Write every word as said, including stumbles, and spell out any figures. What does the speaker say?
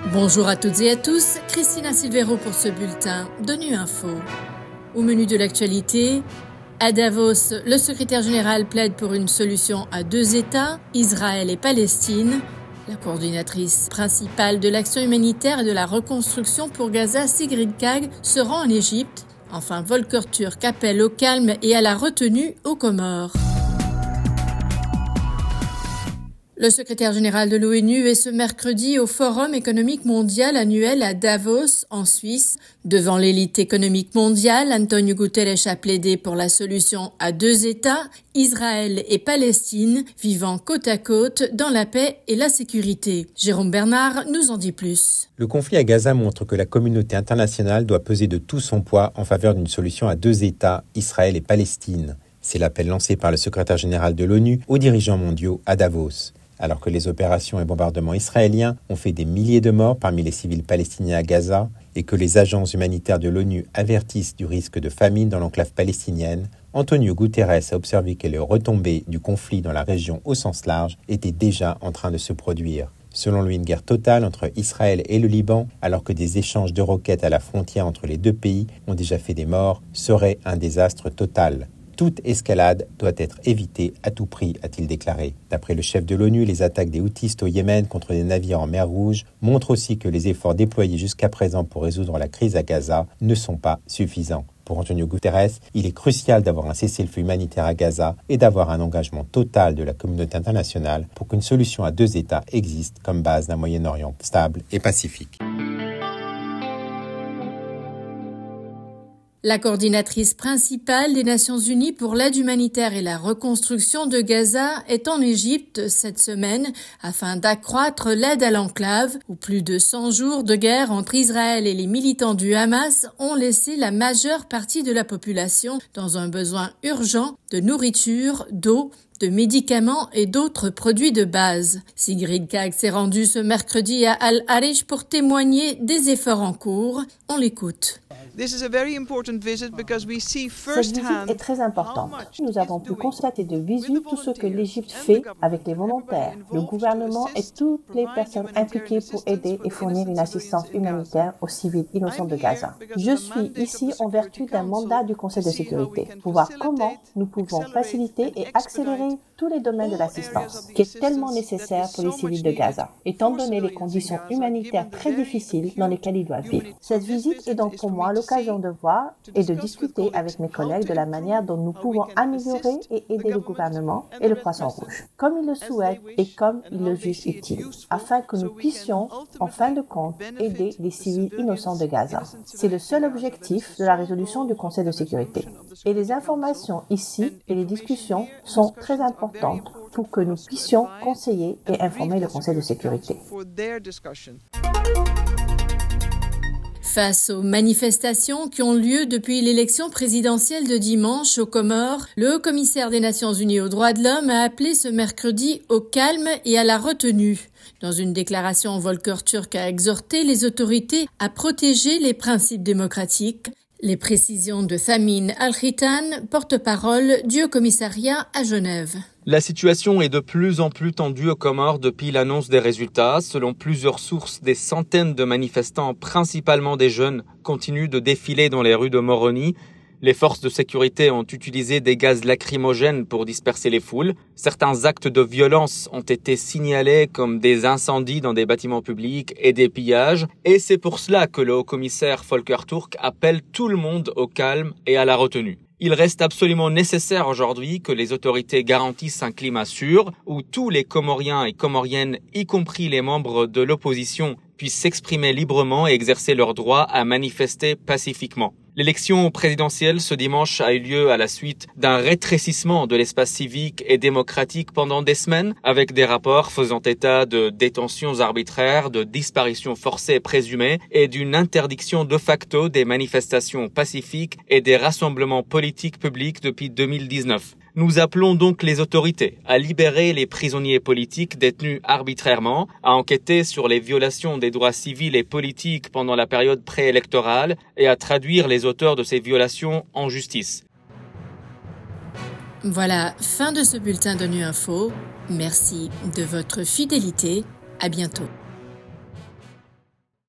Bonjour à toutes et à tous, Christina Silvero pour ce bulletin d'ONU Info. Au menu de l'actualité, à Davos, le secrétaire général plaide pour une solution à deux États, Israël et Palestine. La coordinatrice principale de l'action humanitaire et de la reconstruction pour Gaza, Sigrid Kaag, se rend en Égypte. Enfin, Volker Turk appelle au calme et à la retenue aux Comores. Le secrétaire général de l'ONU est ce mercredi au Forum économique mondial annuel à Davos, en Suisse. Devant l'élite économique mondiale, Antonio Guterres a plaidé pour la solution à deux États, Israël et Palestine, vivant côte à côte dans la paix et la sécurité. Jérôme Bernard nous en dit plus. Le conflit à Gaza montre que la communauté internationale doit peser de tout son poids en faveur d'une solution à deux États, Israël et Palestine. C'est l'appel lancé par le secrétaire général de l'ONU aux dirigeants mondiaux à Davos. Alors que les opérations et bombardements israéliens ont fait des milliers de morts parmi les civils palestiniens à Gaza et que les agences humanitaires de l'ONU avertissent du risque de famine dans l'enclave palestinienne, Antonio Guterres a observé que les retombées du conflit dans la région au sens large étaient déjà en train de se produire. Selon lui, une guerre totale entre Israël et le Liban, alors que des échanges de roquettes à la frontière entre les deux pays ont déjà fait des morts, serait un désastre total. Toute escalade doit être évitée à tout prix, a-t-il déclaré. D'après le chef de l'ONU, les attaques des Houthis au Yémen contre des navires en mer Rouge montrent aussi que les efforts déployés jusqu'à présent pour résoudre la crise à Gaza ne sont pas suffisants. Pour Antonio Guterres, il est crucial d'avoir un cessez-le-feu humanitaire à Gaza et d'avoir un engagement total de la communauté internationale pour qu'une solution à deux États existe comme base d'un Moyen-Orient stable et pacifique. La coordinatrice principale des Nations Unies pour l'aide humanitaire et la reconstruction de Gaza est en Égypte cette semaine afin d'accroître l'aide à l'enclave où plus de cent jours de guerre entre Israël et les militants du Hamas ont laissé la majeure partie de la population dans un besoin urgent de nourriture, d'eau, de médicaments et d'autres produits de base. Sigrid Kaag s'est rendue ce mercredi à Al-Arish pour témoigner des efforts en cours. On l'écoute. Cette visite est très importante. Nous avons pu constater de visu tout ce que l'Égypte fait avec les volontaires, le gouvernement et toutes les personnes impliquées pour aider et fournir une assistance humanitaire aux civils innocents de Gaza. Je suis ici en vertu d'un mandat du Conseil de sécurité pour voir comment nous pouvons faciliter et accélérer tous les domaines de l'assistance, qui est tellement nécessaire pour les civils de Gaza, étant donné les conditions humanitaires très difficiles dans lesquelles ils doivent vivre. Cette visite est donc pour moi l'occasion de voir et de discuter avec mes collègues de la manière dont nous pouvons améliorer et aider le gouvernement et le Croissant Rouge, comme ils le souhaitent et comme ils le jugent utile, afin que nous puissions, en fin de compte, aider les civils innocents de Gaza. C'est le seul objectif de la résolution du Conseil de sécurité. Et les informations ici et les discussions sont très importantes pour que nous puissions conseiller et informer le Conseil de sécurité. Face aux manifestations qui ont lieu depuis l'élection présidentielle de dimanche aux Comores, le haut-commissaire des Nations Unies aux droits de l'homme a appelé ce mercredi au calme et à la retenue. Dans une déclaration, Volker Turk a exhorté les autorités à protéger les principes démocratiques. Les précisions de Thameen Al-Khitan, porte-parole du Haut-Commissariat à Genève. La situation est de plus en plus tendue aux Comores depuis l'annonce des résultats. Selon plusieurs sources, des centaines de manifestants, principalement des jeunes, continuent de défiler dans les rues de Moroni. Les forces de sécurité ont utilisé des gaz lacrymogènes pour disperser les foules. Certains actes de violence ont été signalés comme des incendies dans des bâtiments publics et des pillages. Et c'est pour cela que le haut-commissaire Volker Turk appelle tout le monde au calme et à la retenue. Il reste absolument nécessaire aujourd'hui que les autorités garantissent un climat sûr où tous les Comoriens et Comoriennes, y compris les membres de l'opposition, puissent s'exprimer librement et exercer leur droit à manifester pacifiquement. L'élection présidentielle ce dimanche a eu lieu à la suite d'un rétrécissement de l'espace civique et démocratique pendant des semaines, avec des rapports faisant état de détentions arbitraires, de disparitions forcées présumées et d'une interdiction de facto des manifestations pacifiques et des rassemblements politiques publics depuis deux mille dix-neuf. Nous appelons donc les autorités à libérer les prisonniers politiques détenus arbitrairement, à enquêter sur les violations des droits civils et politiques pendant la période préélectorale et à traduire les auteurs de ces violations en justice. Voilà, fin de ce bulletin d'ONU Info. Merci de votre fidélité. À bientôt.